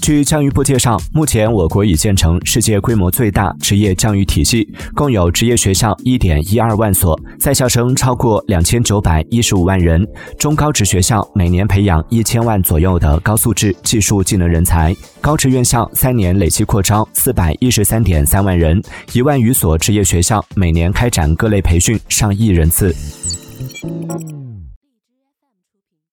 据教育部介绍，目前我国已建成世界规模最大职业教育体系，共有职业学校 1.12 万所，在校生超过2915万人，中高职学校每年培养1000万左右的高素质技术技能人才，高职院校3年累计扩招413.3万人，1万余所职业学校每年开展各类培训上亿人次。